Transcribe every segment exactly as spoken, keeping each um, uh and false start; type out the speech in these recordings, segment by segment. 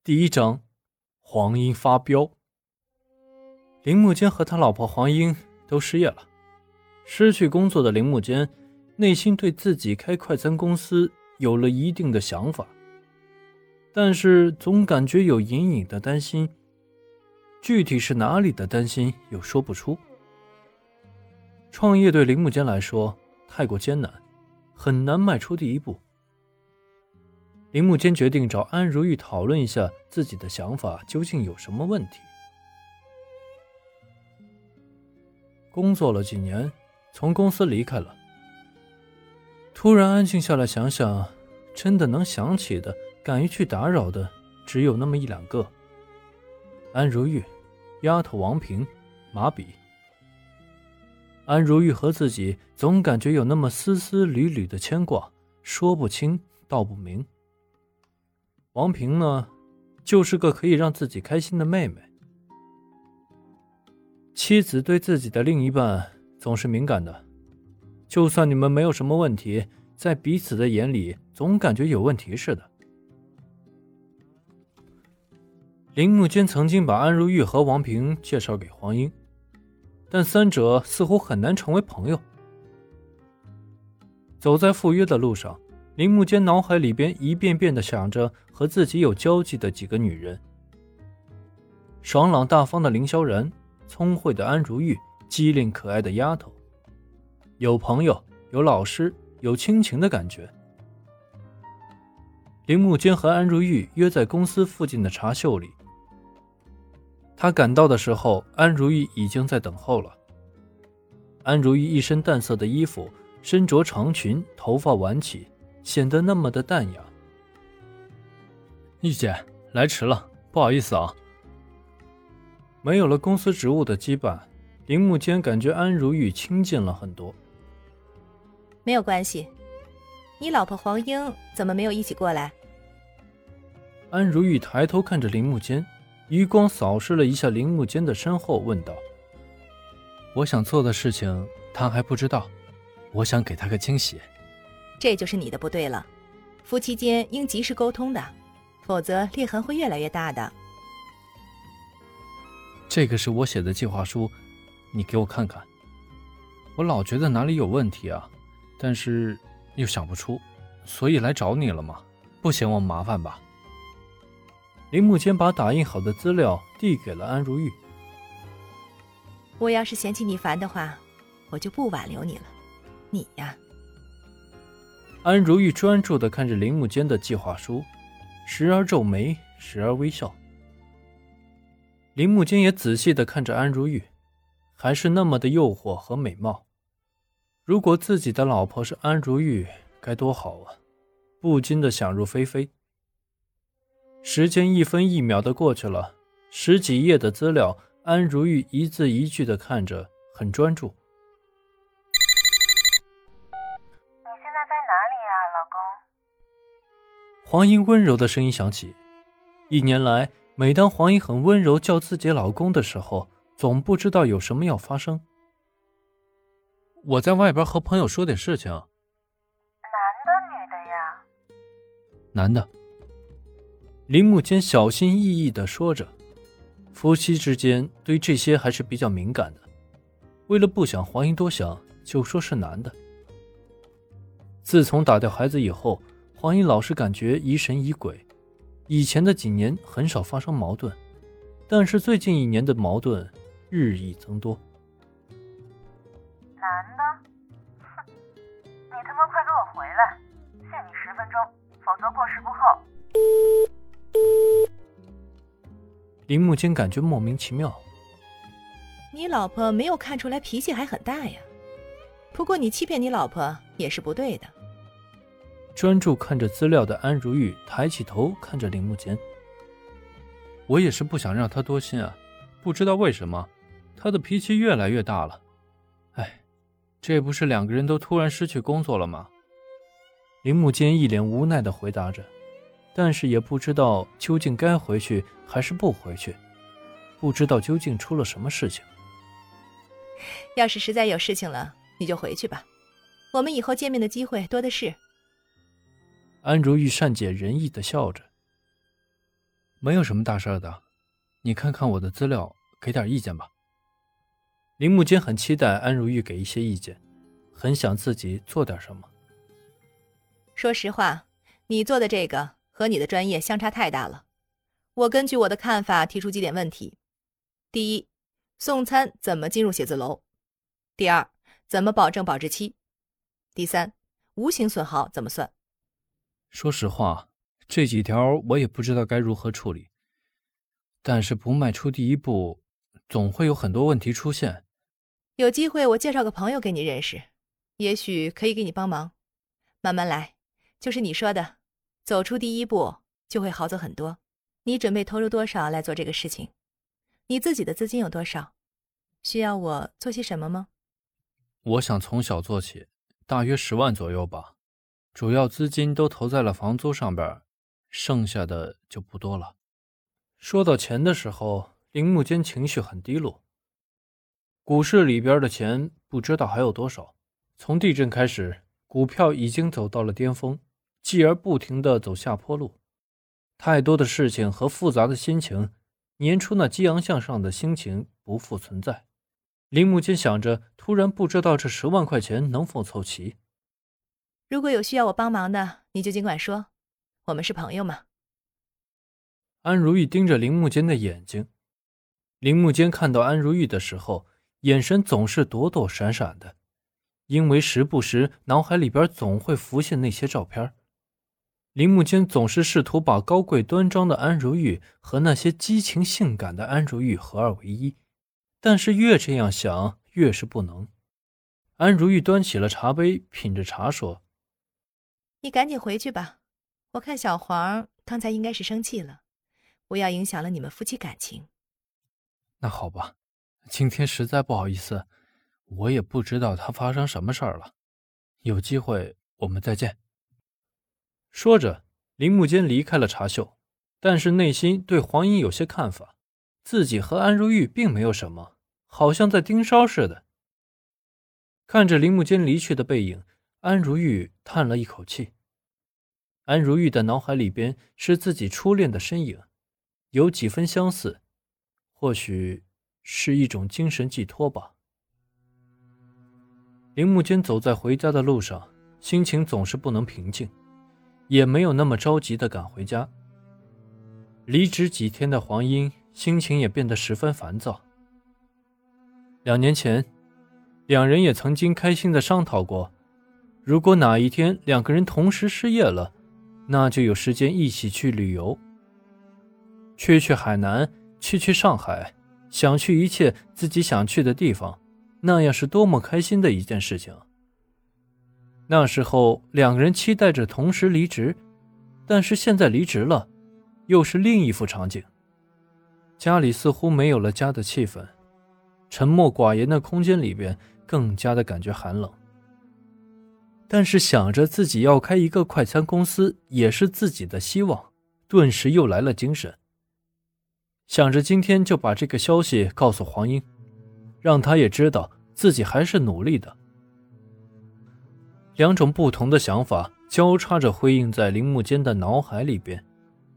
第一章，黄英发飙。铃木坚和他老婆黄英都失业了，失去工作的铃木坚内心对自己开快餐公司有了一定的想法，但是总感觉有隐隐的担心，具体是哪里的担心又说不出。创业对铃木坚来说太过艰难，很难迈出第一步。铃木坚决定找安如玉讨论一下自己的想法究竟有什么问题。工作了几年，从公司离开了，突然安静下来想想，真的能想起的敢于去打扰的只有那么一两个：安如玉、丫头王平、马比。安如玉和自己总感觉有那么丝丝缕缕的牵挂，说不清道不明。王平呢，就是个可以让自己开心的妹妹。妻子对自己的另一半总是敏感的，就算你们没有什么问题，在彼此的眼里总感觉有问题似的。铃木坚曾经把安如玉和王平介绍给黄英，但三者似乎很难成为朋友。走在赴约的路上，铃木坚脑海里边一遍遍地想着和自己有交集的几个女人：爽朗大方的凌潇然，聪慧的安如玉，机灵可爱的丫头。有朋友，有老师，有亲情的感觉。铃木坚和安如玉约在公司附近的茶秀里，他赶到的时候，安如玉已经在等候了。安如玉一身淡色的衣服，身着长裙，头发挽起，显得那么的淡雅。玉姐，来迟了，不好意思啊。没有了公司职务的羁绊，铃木坚感觉安如玉亲近了很多。 没有关系，你老婆黄英怎么没有一起过来？ 安如玉抬头看着铃木坚，余光扫视了一下铃木坚的身后，问道：我想做的事情他还不知道，我想给他个惊喜。 这就是你的不对了，夫妻间应及时沟通的，否则裂痕会越来越大的。 这个是我写的计划书，你给我看看。我老觉得哪里有问题啊，但是又想不出，所以来找你了嘛，不嫌我麻烦吧？铃木坚把打印好的资料递给了安如玉。 我要是嫌弃你烦的话，我就不挽留你了。你呀…… 安如玉专注地看着铃木坚的计划书，时而皱眉，时而微笑。铃木坚也仔细地看着安如玉，还是那么的诱惑和美貌。如果自己的老婆是安如玉，该多好啊，不禁地想入非非。时间一分一秒地过去了，十几页的资料，安如玉一字一句地看着，很专注。 你现在在哪里呀，老公？ 黄英温柔的声音响起。一年来，每当黄英很温柔叫自己老公的时候，总不知道有什么要发生。我在外边和朋友说点事情。男的女的呀？ 男的。铃木坚小心翼翼地说着，夫妻之间对这些还是比较敏感的，为了不想黄英多想，就说是男的。自从打掉孩子以后，黄英老是感觉疑神疑鬼，以前的几年很少发生矛盾，但是最近一年的矛盾日益增多。 男的？哼，你他妈快给我回来，限你十分钟，否则过时不候。 铃木坚感觉莫名其妙。 你老婆没有看出来脾气还很大呀，不过你欺骗你老婆也是不对的。 专注看着资料的安如玉抬起头看着铃木坚。我也是不想让他多心啊，不知道为什么他的脾气越来越大了。哎，这不是两个人都突然失去工作了吗？铃木坚一脸无奈地回答着，但是也不知道究竟该回去还是不回去，不知道究竟出了什么事情。 要是实在有事情了，你就回去吧，我们以后见面的机会多的是。 安如玉善解人意地笑着。 没有什么大事的，你看看我的资料，给点意见吧。林木间很期待安如玉给一些意见，很想自己做点什么。 说实话，你做的这个和你的专业相差太大了。我根据我的看法提出几点问题。第一，送餐怎么进入写字楼？第二，怎么保证保质期？第三，无形损耗怎么算？ 说实话，这几条我也不知道该如何处理，但是不迈出第一步，总会有很多问题出现。 有机会我介绍个朋友给你认识，也许可以给你帮忙。慢慢来，就是你说的，走出第一步就会好走很多。你准备投入多少来做这个事情？你自己的资金有多少？需要我做些什么吗？ 我想从小做起，大约十万左右吧，主要资金都投在了房租上边，剩下的就不多了。说到钱的时候，铃木间情绪很低落。股市里边的钱不知道还有多少，从地震开始，股票已经走到了巅峰，继而不停地走下坡路。太多的事情和复杂的心情，年初那激昂向上的心情不复存在。铃木间想着，突然不知道这十万块钱能否凑齐。 如果有需要我帮忙的，你就尽管说，我们是朋友嘛。 安如玉盯着铃木间的眼睛，铃木间看到安如玉的时候，眼神总是躲躲闪闪的，因为时不时脑海里边总会浮现那些照片。铃木间总是试图把高贵端庄的安如玉和那些激情性感的安如玉合二为一，但是越这样想越是不能。安如玉端起了茶杯，品着茶说： 你赶紧回去吧，我看小黄刚才应该是生气了，不要影响了你们夫妻感情。 那好吧，今天实在不好意思，我也不知道他发生什么事儿了，有机会我们再见。说着，铃木间离开了茶秀，但是内心对黄英有些看法，自己和安如玉并没有什么，好像在盯梢似的。看着铃木间离去的背影，安如玉叹了一口气。安如玉的脑海里边是自己初恋的身影，有几分相似，或许是一种精神寄托吧。铃木间走在回家的路上，心情总是不能平静，也没有那么着急地赶回家。离职几天的黄英心情也变得十分烦躁。两年前，两人也曾经开心地商讨过，如果哪一天两个人同时失业了，那就有时间一起去旅游，去去海南，去去上海，想去一切自己想去的地方，那样是多么开心的一件事情。那时候两个人期待着同时离职，但是现在离职了，又是另一副场景。家里似乎没有了家的气氛，沉默寡言的空间里边更加的感觉寒冷。但是想着自己要开一个快餐公司也是自己的希望，顿时又来了精神。想着今天就把这个消息告诉黄英，让她也知道自己还是努力的。两种不同的想法交叉着辉映在铃木间的脑海里边。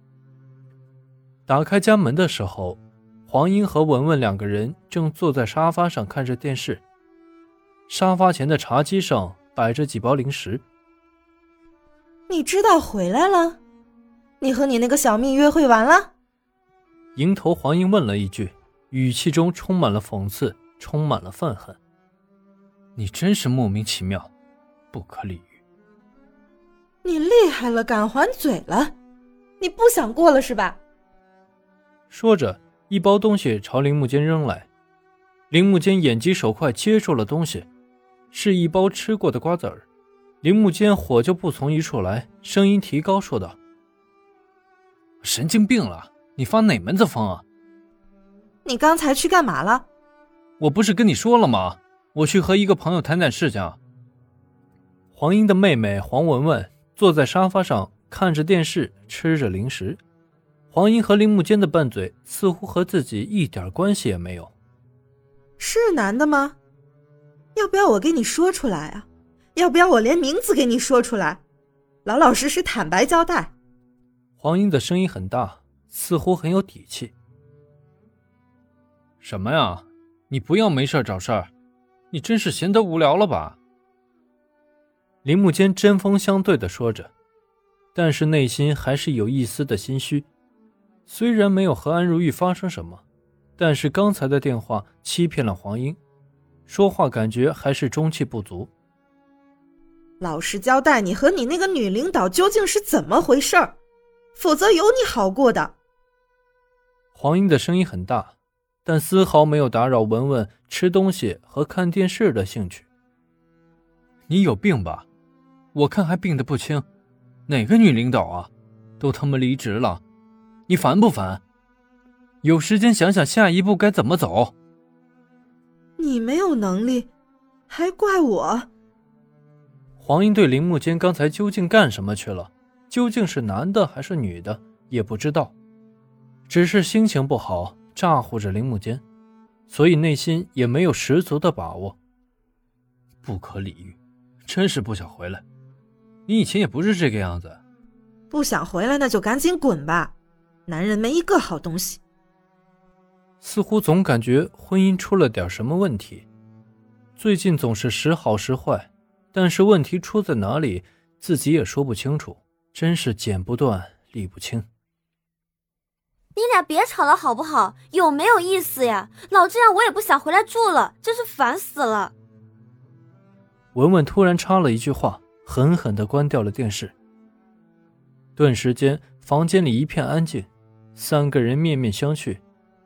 打开家门的时候，黄英和文文两个人正坐在沙发上看着电视，沙发前的茶几上摆着几包零食。 你知道回来了？你和你那个小蜜约会完了？ 迎头黄英问了一句，语气中充满了讽刺，充满了愤恨。你真是莫名其妙，不可理喻。 你厉害了，敢还嘴了？你不想过了是吧？ 说着，一包东西朝铃木间扔来。铃木间眼疾手快接住了东西，是一包吃过的瓜子儿。铃木间火就不从一处来，声音提高说道：神经病了，你发哪门子疯啊？ 你刚才去干嘛了？ 我不是跟你说了吗？我去和一个朋友谈点事情。黄英的妹妹黄文文坐在沙发上看着电视，吃着零食。黄英和铃木间的拌嘴似乎和自己一点关系也没有。 是男的吗？要不要我给你说出来啊？要不要我连名字给你说出来？老老实实坦白交代。 黄英的声音很大， 似乎很有底气。什么呀？你不要没事找事儿，你真是闲得无聊了吧？林木间针锋相对地说着，但是内心还是有一丝的心虚。虽然没有和安如玉发生什么，但是刚才的电话欺骗了黄英，说话感觉还是中气不足。 老实交代，你和你那个女领导究竟是怎么回事儿？否则有你好过的。 黄英的声音很大，但丝毫没有打扰文文吃东西和看电视的兴趣。你有病吧？我看还病得不轻。哪个女领导啊？都他妈离职了，你烦不烦？有时间想想下一步该怎么走。 你没有能力，还怪我？ 黄英对林木间刚才究竟干什么去了，究竟是男的还是女的也不知道，只是心情不好，咋呼着林木间，所以内心也没有十足的把握。不可理喻，真是不想回来。你以前也不是这个样子。 不想回来那就赶紧滚吧，男人没一个好东西。 似乎总感觉婚姻出了点什么问题，最近总是时好时坏，但是问题出在哪里自己也说不清楚，真是剪不断理不清。 你俩别吵了好不好？有没有意思呀？老这样我也不想回来住了，真是烦死了。 文文突然插了一句话，狠狠地关掉了电视。顿时间房间里一片安静，三个人面面相觑。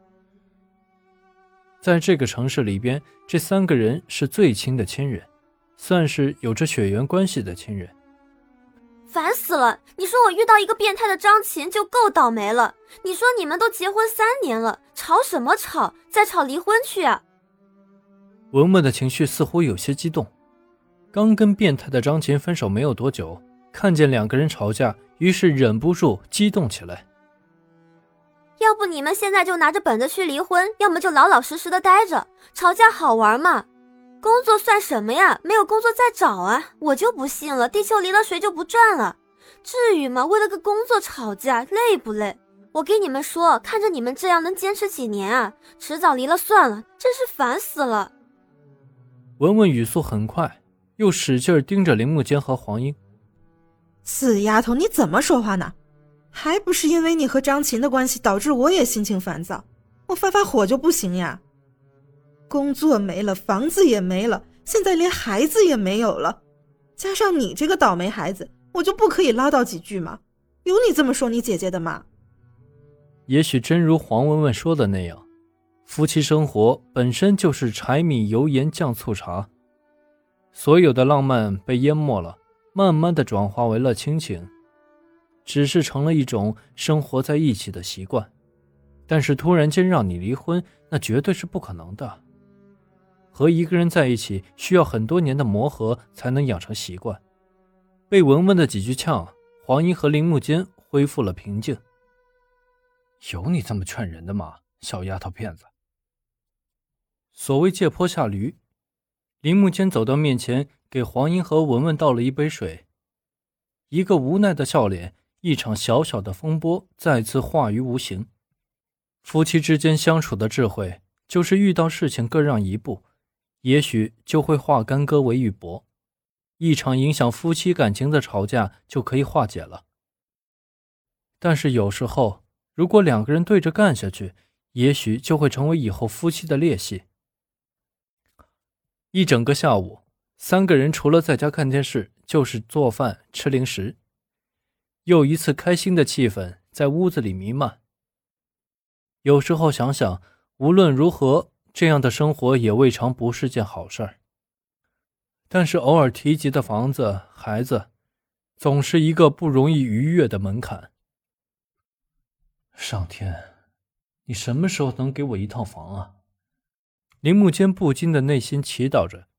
在这个城市里边，这三个人是最亲的亲人，算是有着血缘关系的亲人。 烦死了！你说我遇到一个变态的张琴就够倒霉了，你说你们都结婚三年了，吵什么吵？再吵离婚去啊！ 文文的情绪似乎有些激动，刚跟变态的张琴分手没有多久，看见两个人吵架，于是忍不住激动起来。 要不你们现在就拿着本子去离婚，要么就老老实实的待着，吵架好玩嘛？工作算什么呀？没有工作再找啊！我就不信了，地球离了谁就不转了？至于吗？为了个工作吵架，累不累？我给你们说，看着你们这样能坚持几年啊？迟早离了算了，真是烦死了。 文文语速很快，又使劲盯着林木间和黄英。 死丫头，你怎么说话呢？还不是因为你和张琴的关系导致我也心情烦躁，我发发火就不行呀。工作没了，房子也没了，现在连孩子也没有了，加上你这个倒霉孩子，我就不可以唠叨几句吗？有你这么说你姐姐的吗？ 也许真如黄文文说的那样，夫妻生活本身就是柴米油盐酱醋茶，所有的浪漫被淹没了，慢慢的转化为了亲情，只是成了一种生活在一起的习惯。但是突然间让你离婚，那绝对是不可能的。和一个人在一起需要很多年的磨合才能养成习惯。被文文的几句呛，黄英和林木间恢复了平静。有你这么劝人的吗，小丫头片子？所谓借坡下驴，林木间走到面前，给黄英和文文倒了一杯水。一个无奈的笑脸，一场小小的风波再次化于无形。夫妻之间相处的智慧，就是遇到事情各让一步，也许就会化干戈为玉帛，一场影响夫妻感情的吵架就可以化解了。但是有时候，如果两个人对着干下去，也许就会成为以后夫妻的裂隙。一整个下午，三个人除了在家看电视，就是做饭吃零食，又一次开心的气氛在屋子里弥漫。有时候想想，无论如何，这样的生活也未尝不是件好事儿。但是偶尔提及的房子、孩子，总是一个不容易逾越的门槛。上天，你什么时候能给我一套房啊？林木间不禁的内心祈祷着，